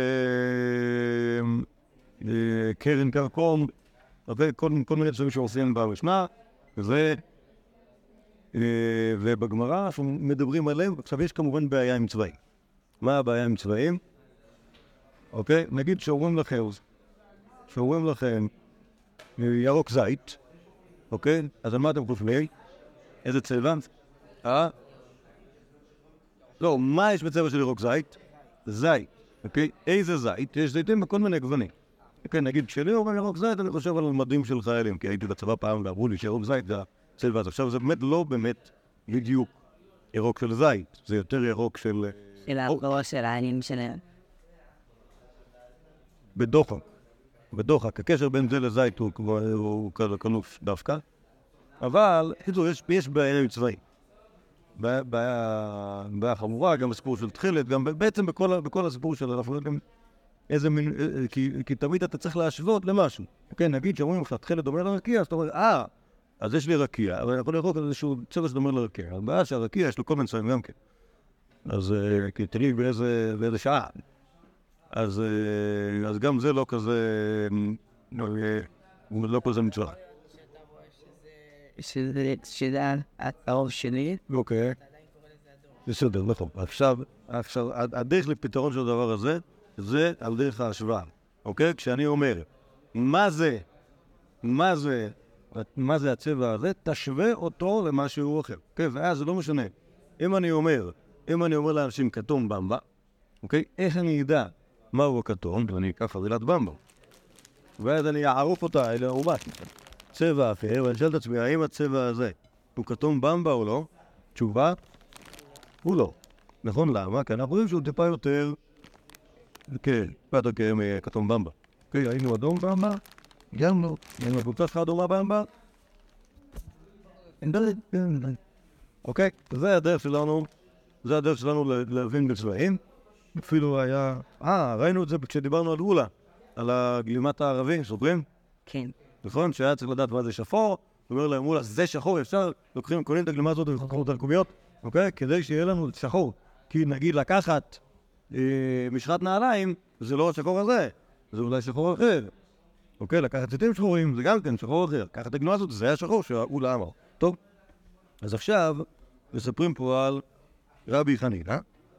קרן קרקום, אוקיי? כל מיני צבעים שעושים במשנה, ובגמרא שמדברים עליהם. עכשיו יש כמובן בעיה עם צבעים. מה הבעיה עם צבעים? אוקיי? נגיד שאומרים לכם ירוק זית, אוקיי? אז על מה אתם חושבים? איזה צבע? לא, מה יש בצבע של ירוק זית? זית, אוקיי? איזה זית? יש זיתים בכל מיני גוונים. אוקיי, נגיד, כשאני אומר ירוק זית, אני חושב על מדים של חיילים, כי הייתי בצבא פעם ואמרו לי שירוק זית זה הצבע הזה. עכשיו, זה באמת לא באמת בדיוק ירוק של זית, זה יותר ירוק של... של הברו של העניין שלהם. בדוחק, הקשר בין זה לזית הוא קלוש דווקא, אבל יש בעיה עם צבעים. בעיה חמורה, גם בסיפור של תחילת, גם בעצם בכל הסיפור של הרפואים, איזה מין, כי תמיד אתה צריך להשוות למשהו. כן, נגיד שאומרים לך, תחילת דומה לרקיע, אז אתה אומר, אז יש לי רקיע, אבל אני יכול לראות איזשהו צבע שדומה לרקיע. הבעיה שהרקיע יש לו כל מיני צבעים גם כן. אז תראי באיזה שעה. אז גם זה לא כזה מצווה. שזה האור שלי. אוקיי. בסדר, נכון. עכשיו, הדרך לפתרון של הדבר הזה, זה על דרך ההשוואה. אוקיי? כשאני אומר, מה זה הצבע הזה, תשווה אותו למשהו אחר. אוקיי? ואז זה לא משנה. אם אני אומר לאנשים כתום במבה, אוקיי? איך אני אדע מהו הכתום? ואני אקח חבילת במבה. ואז אני אערוף אותה לעומת צבע אחר, ואני אשאל את עצמי, האם הצבע הזה הוא כתום במבה או לא? תשובה, הוא לא. נכון, למה? כי אנחנו רואים שהוא טיפה יותר, כן, טיפה יותר ככתום במבה. אוקיי, היינו אדום במבה, גם לא. היינו קבוצה שלך אדומה במבה. אוקיי, זה הדרך שלנו, להבין בצבעים. אפילו היה, ראינו את זה כשדיברנו על אולה, על הגלימת הערבי, זוכרים? כן. נכון? שהיה צריך לדעת מה זה שחור, אומר להם אולה, זה שחור, אפשר, קונים את הגלימה הזאת וחוקרות את הרקוביות, אוקיי? כדי שיהיה לנו שחור. כי נגיד לקחת משחת נעליים, זה לא השחור הזה, זה אולי שחור אחר. אוקיי, לקחת ציטים שחורים, זה גם כן שחור אחר. לקחת את הגלימה הזאת, זה היה שחור שאולה אמר. טוב, אז עכשיו מספרים פה על רבי חנינא.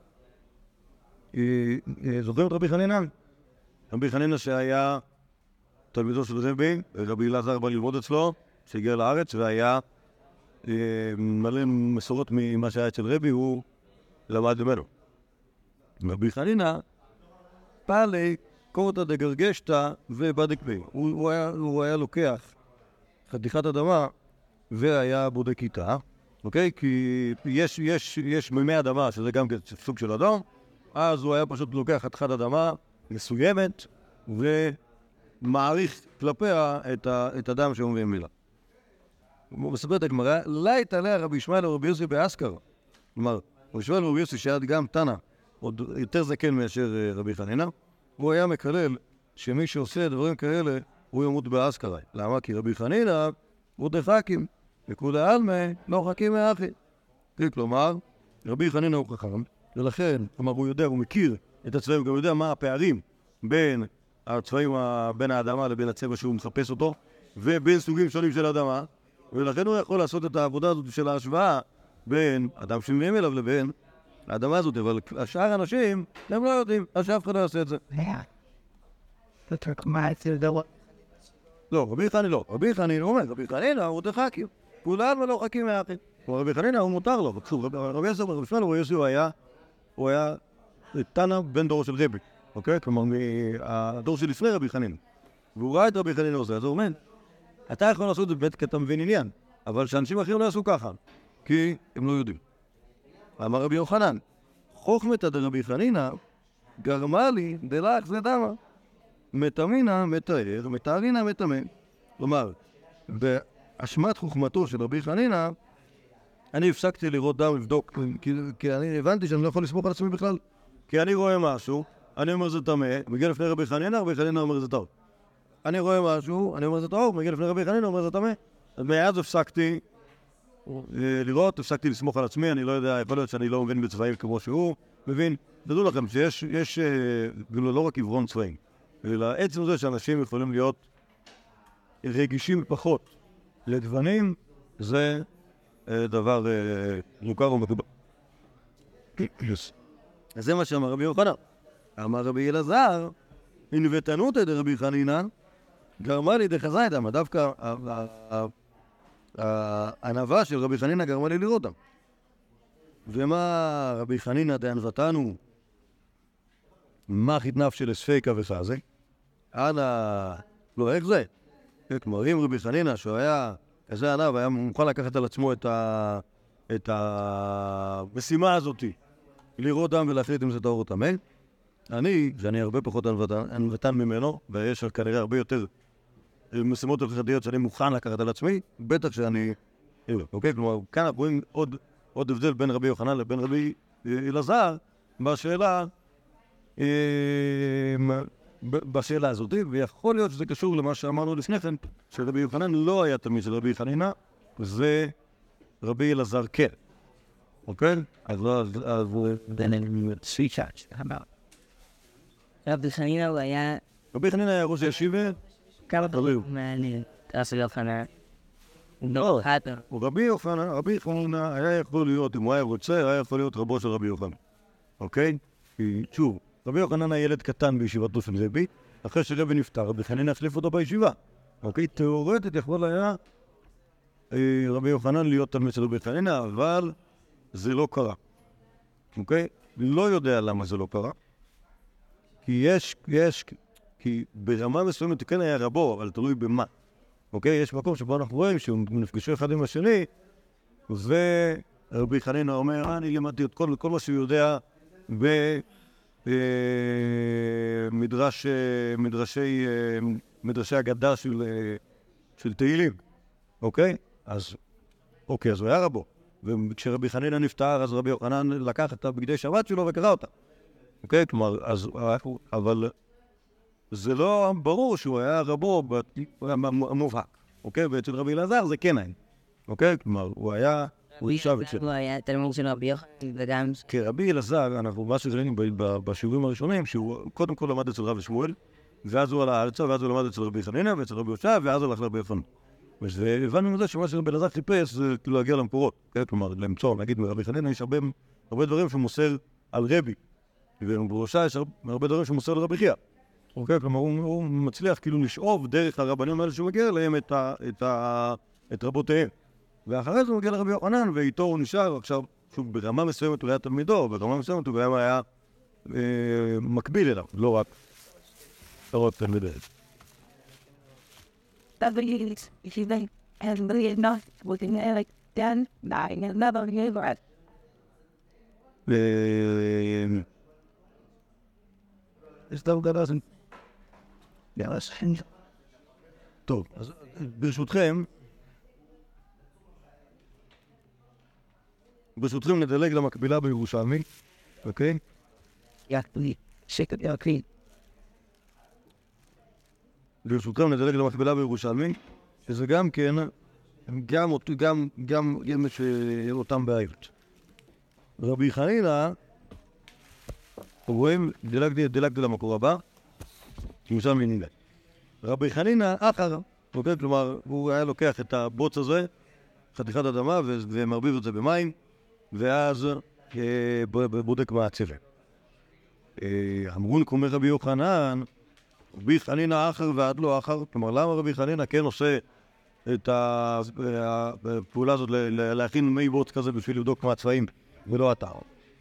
זוכרים את רבי חנינא? רבי חנינא שהיה תלמידו של רבי אלעזר בא ללמוד אצלו, שהגיע לארץ והיה מלא מסורות ממה שהיה אצל רבי, הוא למד ממנו. רבי חנינא פעלי קורתא דגרגשתא ובדק בי. הוא היה לוקח חתיכת אדמה והיה בודק איתה, אוקיי? כי יש מימי אדמה, שזה גם סוג של אדום, אז הוא היה פשוט לוקח חתיכת אדמה מסוימת ומעריך כלפיה את הדם שהוא מביא מילה. הוא מספר את הגמרא, לית עליה רבי ישמעאל ורבי יוסי באסכר. כלומר, רבי ישמעאל ורבי יוסי שהיה גם תנא, עוד יותר זקן מאשר רבי חנינא, הוא היה מקלל שמי שעושה דברים כאלה, הוא ימות באסכרה. למה? כי רבי חנינא הוא דחכים, וכולי עלמא לא חכים מאחי. כלומר, רבי חנינא הוא חכם, ולכן, כלומר, הוא יודע, הוא מכיר את הצבעים, הוא גם יודע מה הפערים בין הצבעים, בין האדמה לבין הצבע שהוא מחפש אותו, ובין סוגים שונים של אדמה, ולכן הוא יכול לעשות את העבודה הזאת של ההשוואה בין אדם שמביאים אליו לבין האדמה הזאת, אבל השאר האנשים, הם לא יודעים, אז שאף אחד לא יעשה את זה. לא, רבי חנינא לא. רבי חנינא אומר, רבי חנינא הוא דחכים, כולם ולא חכים מאחי. רבי חנינא הוא מותר לו, רבי ישמעאל ורבי יוסי הוא היה תנא בן דורו של רבי, אוקיי? כלומר, מהדור שלפני רבי חנינא. והוא ראה את רבי חנינא עושה, אז הוא אומר, אתה יכול לעשות את זה בית כי אתה מבין עניין, אבל שאנשים אחרים לא יעשו ככה, כי הם לא יודעים. אמר רבי יוחנן, חוכמתא דרבי חנינא גרמה לי דלך זה דמא. מטמינא מטהר, מטהרינא מטמא. כלומר, באשמת חוכמתו של רבי חנינא, אני הפסקתי לראות דם לבדוק, כי אני הבנתי שאני לא יכול לסמוך על עצמי בכלל. כי אני רואה משהו, אני אומר זה טמא, מגיע לפני רבי חנינא, רבי חנינא אומר זה טהור. אני רואה משהו, אני אומר זה טהור, מגיע לפני רבי חנינא, אומר זה טמא. אז מאז הפסקתי לראות, הפסקתי לסמוך על עצמי, אני לא יודע, יכול להיות שאני לא מבין בצבעים כמו שהוא מבין. תדעו לכם שיש לא רק עברון צבעים, אלא עצם זה שאנשים יכולים להיות רגישים פחות לגוונים, זה דבר מוכר ומקובל. אז זה מה שאמר רבי יוחנן. אמר רבי אלעזר, ענוותנותא דרבי חנינא גרמה לי דחזאי דמא. דווקא הענווה של רבי חנינא גרמה לי לראות אותם. ומה רבי חנינא דענוותנו? מה חיתנף של ספיקה וחזה? לא, איך זה? כלומר, אם רבי חנינא, שהוא היה כזה ענב, היה מוכן לקחת על עצמו את המשימה הזאת, לראות דם ולהחליט אם זה טהור או טמא. שאני הרבה פחות ענוותן ממנו, ויש כנראה הרבה יותר משימות הלכתיות שאני מוכן לקחת על עצמי, בטח שאני... אוקיי? כלומר, כאן אנחנו רואים עוד הבדל בין רבי יוחנן לבין רבי אלעזר בשאלה הזאת, ויכול להיות שזה קשור למה שאמרנו לפני כן, שרבי יוחנן לא היה תלמיד של רבי חנינא, זה רבי אלעזר כן. אוקיי? אז לא... רבי חנינא הוא היה... רבי חנינא היה ראש הישיבה? כמה דברים מעניין. רבי יוחנן. לא, רבי חנינא היה יכול להיות, אם הוא היה רוצה, היה יכול להיות רבו של רבי יוחנן. אוקיי? כי שוב, רבי יוחנן היה ילד קטן בישיבתו של רבי, אחרי שרבי נפטר, רבי חנינא החליף אותו בישיבה. אוקיי? תיאורטית יכול היה רבי יוחנן להיות תלמיד של רבי חנינא, אבל זה לא קרה. אוקיי? לא יודע למה זה לא קרה. כי ברמה מסוימת כן היה רבו, אבל תלוי במה. אוקיי? יש מקום שבו אנחנו רואים שהם נפגשו אחד עם השני, רבי חנינא אומר, אני למדתי את כל מה שהוא יודע במדרשי אגדה של תהילים, אוקיי? אז הוא היה רבו. וכשרבי חנינא נפטר, אז רבי יוחנן לקח את הבגדי שבת שלו וקרא אותה. אוקיי? כלומר, אבל זה לא ברור שהוא היה רבו מובהק. אוקיי? ואצל רבי אלעזר זה כן היה. אוקיי? כלומר, הוא היה... הוא היה תלמוד של רבי יוחנן וגם... כרבי אלעזר, אנחנו מה שראינו בשיעורים הראשונים, שהוא קודם כל למד אצל רבי שמואל, ואז הוא עלה ארצה, ואז הוא למד אצל רבי חנינא ואצל רבי יהושע, ואז הוא הלך לרבי יוחנן. והבנו מזה שמה שרבי אלעזר חיפש זה כאילו להגיע למקורות, כלומר למצוא, נגיד מרבי חנינא יש הרבה דברים שהוא מוסר על רבי, ורבי יהושע יש הרבה דברים שהוא מוסר לרבי חייא. כלומר הוא מצליח כאילו לשאוב דרך הרבנים האלה שהוא מגיע אליהם את רבותיהם. ואחרי זה הוא מגיע לרבי יוחנן, ואיתו הוא נשאר, עכשיו, שוב, ברמה מסוימת הוא היה תלמידו, ברמה מסוימת הוא גם היה מקביל אליו, לא רק תלמיד אליו. If you think, and really not looking at like 10, 9, 11 years old. It's still that doesn't. Yeah, listen. טוב, אז ברשותכם נדלג למקבילה בירושלמי, אוקיי? Yeah, please. Shake it, yeah, clean. ברשותכם נדלג למקבילה בירושלמי, שזה גם כן, גם יש אותם בעיות. רבי חנינא, רואים, דילגתי למקור הבא, ירושלמי ניגע. רבי חנינא אחר, אוקיי? כלומר, הוא היה לוקח את הבוץ הזה, חתיכת אדמה, ומרביב את זה במים, ואז בודק מה הצבע. אמרון כמו רבי יוחנן, רבי חנינא אחר ועד לא אחר, כלומר למה רבי חנינא כן עושה את הפעולה הזאת להכין מי בוץ כזה בשביל לבדוק מה הצבעים ולא הטעם.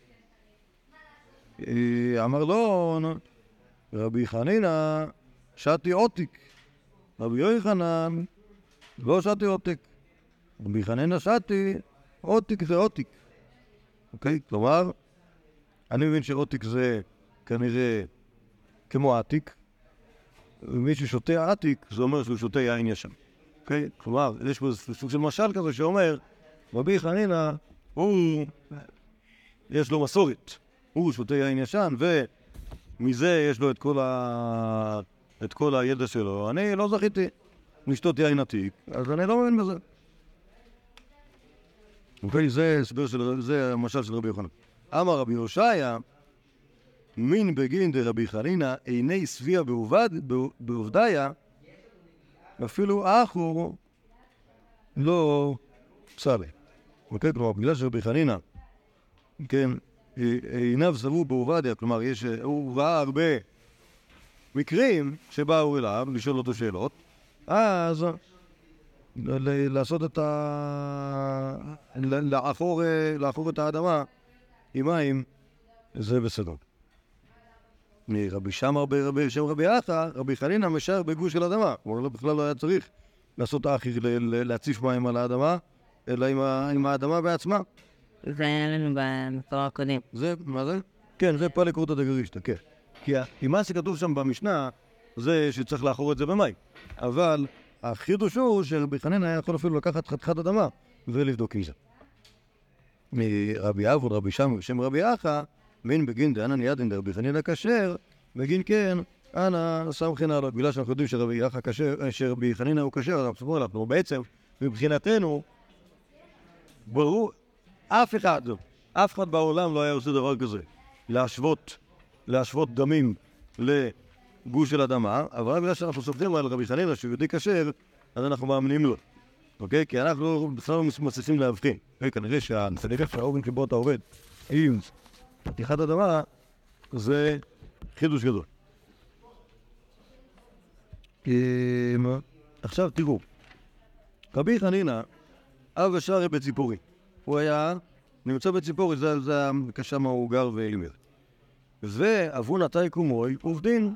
אמר לו, רבי חנינא שתי עותיק, רבי יוחנן לא שתי עותיק, רבי חנינא שתי עותיק זה עותיק. אוקיי? כלומר, אני מבין שעותיק זה כנראה כמו עתיק, ומי ששותה עתיק, זה אומר שהוא שותה יין ישן. אוקיי? כלומר, יש פה סוג של משל כזה שאומר, רבי חנינא, יש לו מסורת. הוא שותה יין ישן, ומזה יש לו את כל הידע שלו. אני לא זכיתי לשתות יין עתיק, אז אני לא מבין בזה. אוקיי? זה המשל של רבי יוחנן. אמר רבי הושעיה, מין בגין דרבי חנינא עיני סביע בעובדיה, אפילו אחור לא צלה. אוקיי? כלומר, בגלל שרבי חנינא, כן, עיניו סבו בעובדיה, כלומר, הוא ראה הרבה מקרים שבאו אליו לשאול אותו שאלות, אז לעשות את לעקור את האדמה עם מים, זה בסדר. רבי שמר בשם רבי עטה, רבי חנינא משאר בגוש של אדמה. כלומר, בכלל לא היה צריך לעשות אחר להציף מים על האדמה, אלא עם האדמה בעצמה. זה היה לנו במקור הקודם. זה, מה זה? כן, זה פלא קורתא דגרישתא, כן. כי מה שכתוב שם במשנה, זה שצריך לאחור את זה במים. אבל החידוש הוא שרבי חנינא היה יכול אפילו לקחת חתיכת אדמה ולבדוק עם זה. רבי אבון, רבי שמר בשם רבי אחא, מין בגין דאנא נידין דרבי חנינא כשר, בגין כן, אנא סמכין עליו. בגלל שאנחנו יודעים שרבי אחא כשר, שרבי חנינא הוא כשר, אנחנו ספרו עליו, בעצם, מבחינתנו, ברור, אף אחד בעולם לא היה עושה דבר כזה, להשוות דמים לגוש של אדמה, אבל בגלל שאנחנו סופרים על רבי חנינא שהוא יהודי כשר, אז אנחנו מאמינים לו. אוקיי? כי אנחנו בכלל לא מצליחים להבחין. כנראה שהאופן שבו אתה עובד עם חתיכת אדמה, זה חידוש גדול. עכשיו תראו, רבי חנינא אב ושרי בציפורי. הוא היה נמצא בציפורי, זה שם הוא גר ולימד. ואבון עתי קומוי עובדין.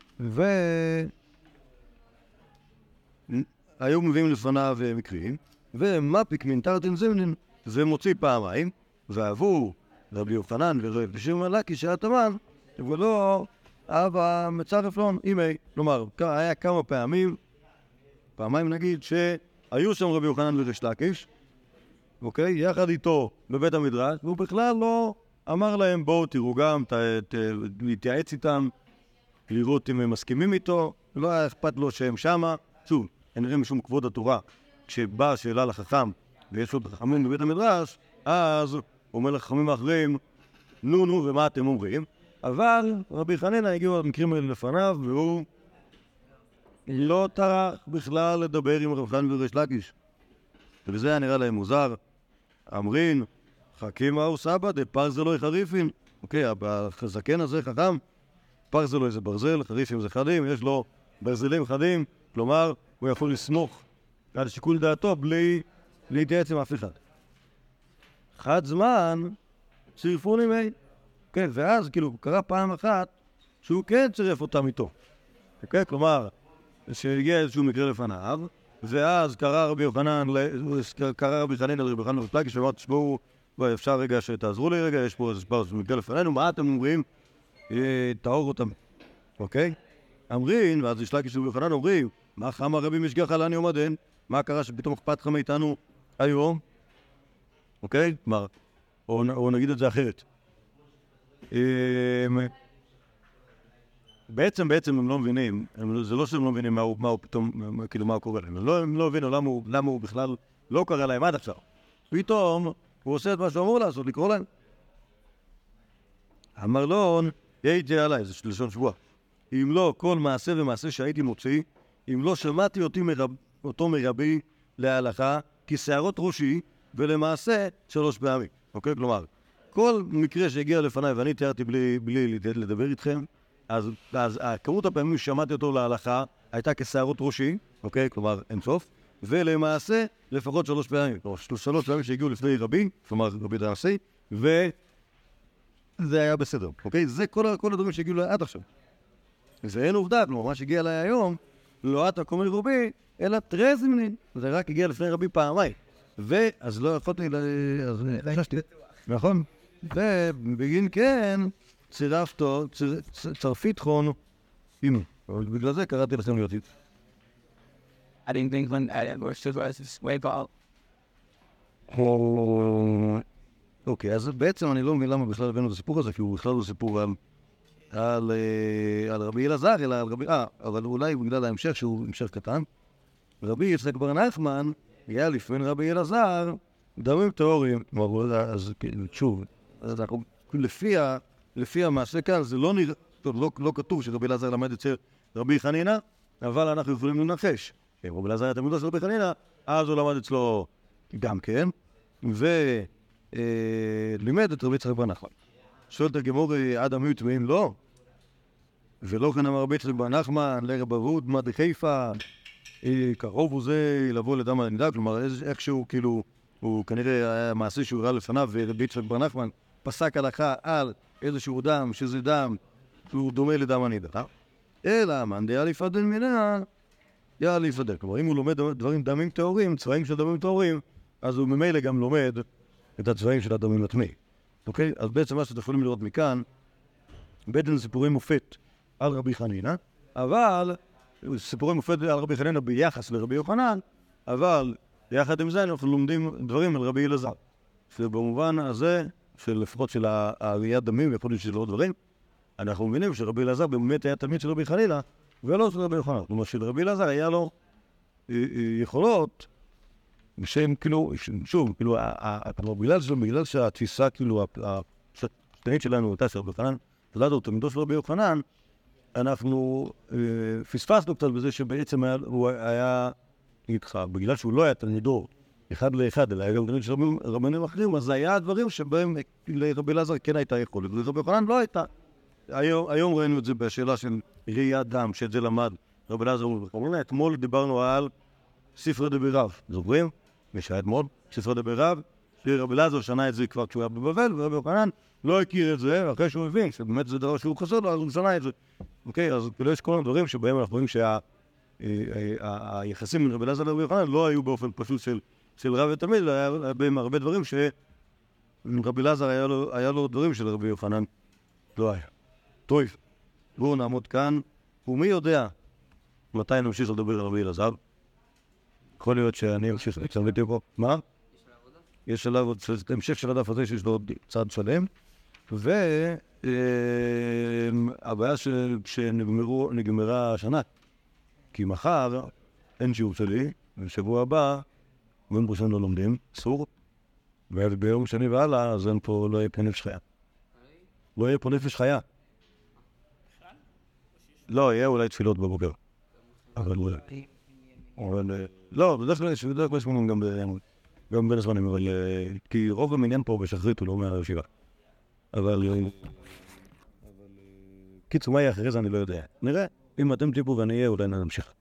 והיו מביאים לפניו מקרים, ומפיק מנתרתין זמנין, זה מוציא פעמיים, ועבור רבי יוחנן ורבי שמעון לקיש שהיה תמן, ולא אבא מצרף לון אימי. כלומר, היה כמה פעמיים נגיד, שהיו שם רבי יוחנן וריש לקיש, אוקיי? יחד איתו בבית המדרש, והוא בכלל לא אמר להם, בואו תראו גם, להתייעץ איתם, לראות אם הם מסכימים איתו, לא היה אכפת לו שהם שמה. שוב, אין להם משום כבוד התורה. כשבאה שאלה לחכם, ויש עוד חכמים בבית המדרש, אז הוא אומר לחכמים האחרים, נו, ומה אתם אומרים? אבל רבי חנינא הגיעו המקרים האלה לפניו, והוא לא טרח בכלל לדבר עם רב חנן וריש לקיש. וזה היה נראה להם מוזר. אמרין, חכימא וסבא דפרזלוי חריפין. אוקיי, הזקן הזה חכם, פרזלוי זה ברזל, חריפים זה חדים, יש לו ברזלים חדים, כלומר, הוא יכול לסמוך על שיקול דעתו בלי להתייעץ עם אף אחד. חד זמן, צירפו נימי. כן, ואז כאילו קרה פעם אחת שהוא כן צירף אותם איתו. אוקיי, כלומר, שהגיע איזשהו מקרה לפניו, ואז קרא רבי חנינא לרבי חנן וריש לקיש, ואמר, תשמעו, אפשר רגע שתעזרו לי רגע, יש פה איזה מקרה לפנינו, מה אתם אומרים? תאור אותם. אוקיי? אמרין, ואז ריש לקיש ורבי חנן אומרים, מה חמא רבי משגיח עלני עומדן? מה קרה שפתאום אכפת לך מאיתנו היום? אוקיי? כלומר, או נגיד את זה אחרת. בעצם הם לא מבינים, זה לא שהם לא מבינים מה פתאום, כאילו מה קורה להם. הם לא הבינו למה הוא בכלל לא קרא להם עד עכשיו. פתאום הוא עושה את מה שהוא אמור לעשות, לקרוא להם. אמר לו, יהייתי עליי, זה לשון שבוע. אם לא כל מעשה ומעשה שהייתי מוציא, אם לא שמעתי אותו מרבי להלכה, כי שערות ראשי, ולמעשה 3 פעמים. אוקיי? כלומר, כל מקרה שהגיע לפניי ואני תיארתי בלי לדבר איתכם, אז כמות הפעמים ששמעתי אותו להלכה הייתה כשערות ראשי, אוקיי? כלומר, אין סוף, ולמעשה לפחות 3 פעמים. כלומר, 3 פעמים שהגיעו לפני רבי, כלומר רבי דרסי, וזה היה בסדר, אוקיי? זה כל הדברים שהגיעו עד עכשיו. זה אין עובדה, כלומר, מה שהגיע אליי היום, לא אתה קומי רבי, אלא טרזמנין. זה רק הגיע לפני רבי פעמיים. אז לא יכולתי, אז חששתי. נכון? ובגין כן, צרפית חון, הנה, אבל בגלל זה קראתי לכם להיות איתי. I didn't think when I was way back. אוקיי, אז בעצם אני לא מבין למה בכלל הבאנו את הסיפור הזה, כי הוא בכלל לא סיפור על רבי אלעזר, אלא על רבי... אבל אולי בגלל ההמשך, שהוא המשך קטן. רבי יצחק בר נחמן, היה לפני רבי אלעזר, דמים טהורים. אז שוב, לפי המעשה כאן, זה לא כתוב שרבי אלעזר למד אצל רבי חנינא, אבל אנחנו יכולים לנחש. אם רבי אלעזר היה תלמידו של רבי חנינא, אז הוא למד אצלו גם כן, ולימד את רבי יצחק בר נחמן. שואלת הגמור, אדם היו טמאים? לא. ולא כן אמר רבי יצחק בר נחמן, לרב אבוד, מה דחיפה, קרוב הוא זה לבוא לדם הנידה, כלומר איכשהו כאילו, הוא כנראה היה מעשה שהוא הראה לפניו, ורבי יצחק בר נחמן פסק הלכה על איזשהו דם, שזה דם, שהוא דומה לדם הנידה. אלא, מאן דיה לפדן מיניה, יא לפדן. כלומר, אם הוא לומד דמים טהורים, צבעים של דמים טהורים, אז הוא ממילא גם לומד את הצבעים של הדמים הטמאים. אוקיי? אז בעצם מה שאתם יכולים לראות מכאן, בעצם סיפורי מופת על רבי חנינא, אבל סיפורי מופת על רבי חנינא ביחס לרבי יוחנן, אבל יחד עם זה אנחנו לומדים דברים על רבי אלעזר. שבמובן הזה, לפחות של הראיית דמים, יכול להיות של עוד דברים, אנחנו מבינים שרבי אלעזר באמת היה תלמיד של רבי חנינא, ולא של רבי יוחנן. כלומר, של רבי אלעזר היה לו יכולות, שהם כאילו, שוב, כאילו, בגלל שהתפיסה, כאילו, השתנית שלנו הייתה של רבי יוחנן, תלדו תלמידו של רבי יוחנן, אנחנו פספסנו קצת בזה שבעצם הוא היה איתך, בגלל שהוא לא היה תלמידו אחד לאחד, אלא היה גם תלמיד של רבנים אחרים, אז זה היה הדברים שבהם לרבי אלעזר כן הייתה יכולת, ולרבי יוחנן לא הייתה. היום ראינו את זה בשאלה של ראיית דם, שאת זה למד רבי אלעזר. אתמול דיברנו על ספרי דברי רב, זוכרים? משעה אתמול, ספרי דברי רב, שרבי אלעזר שנה את זה כבר כשהוא היה בבבל, ורבי יוחנן לא הכיר את זה, אחרי שהוא הבין שבאמת זה דבר שהוא חסר לו, אז הוא שנה את זה. אוקיי, אז כאילו יש כל מיני דברים שבהם אנחנו רואים שהיחסים בין רבי אלעזר לרבי יוחנן לא היו באופן פשוט של של רב ותלמיד, היה בהם הרבה דברים רבי אלעזר היה לו דברים של רבי יוחנן לא היה. טוב, בואו נעמוד כאן, ומי יודע מתי נמשיך לדבר על רבי אלעזר? יכול להיות שאני אמשיך להצטרפתי פה. מה? יש עליו עוד המשך של הדף הזה שיש לו עוד צד שלם, והבעיה שנגמרה השנה, כי מחר אין שיעור שלי, ובשבוע הבא, ביום ראשון לא לומדים, אסור, וביום שני והלאה, אז אין פה, לא יהיה פה נפש חיה. לא יהיה פה נפש חיה. לא, יהיה אולי תפילות בבוקר. אבל לא, בדרך כלל יש שמונים גם בין הזמנים, אבל כי רוב המניין פה בשחרית הוא לא מהישיבה. אבל קיצור, מה יהיה אחרי זה אני לא יודע. נראה, אם אתם תיפו ואני אהיה, אולי נמשיך.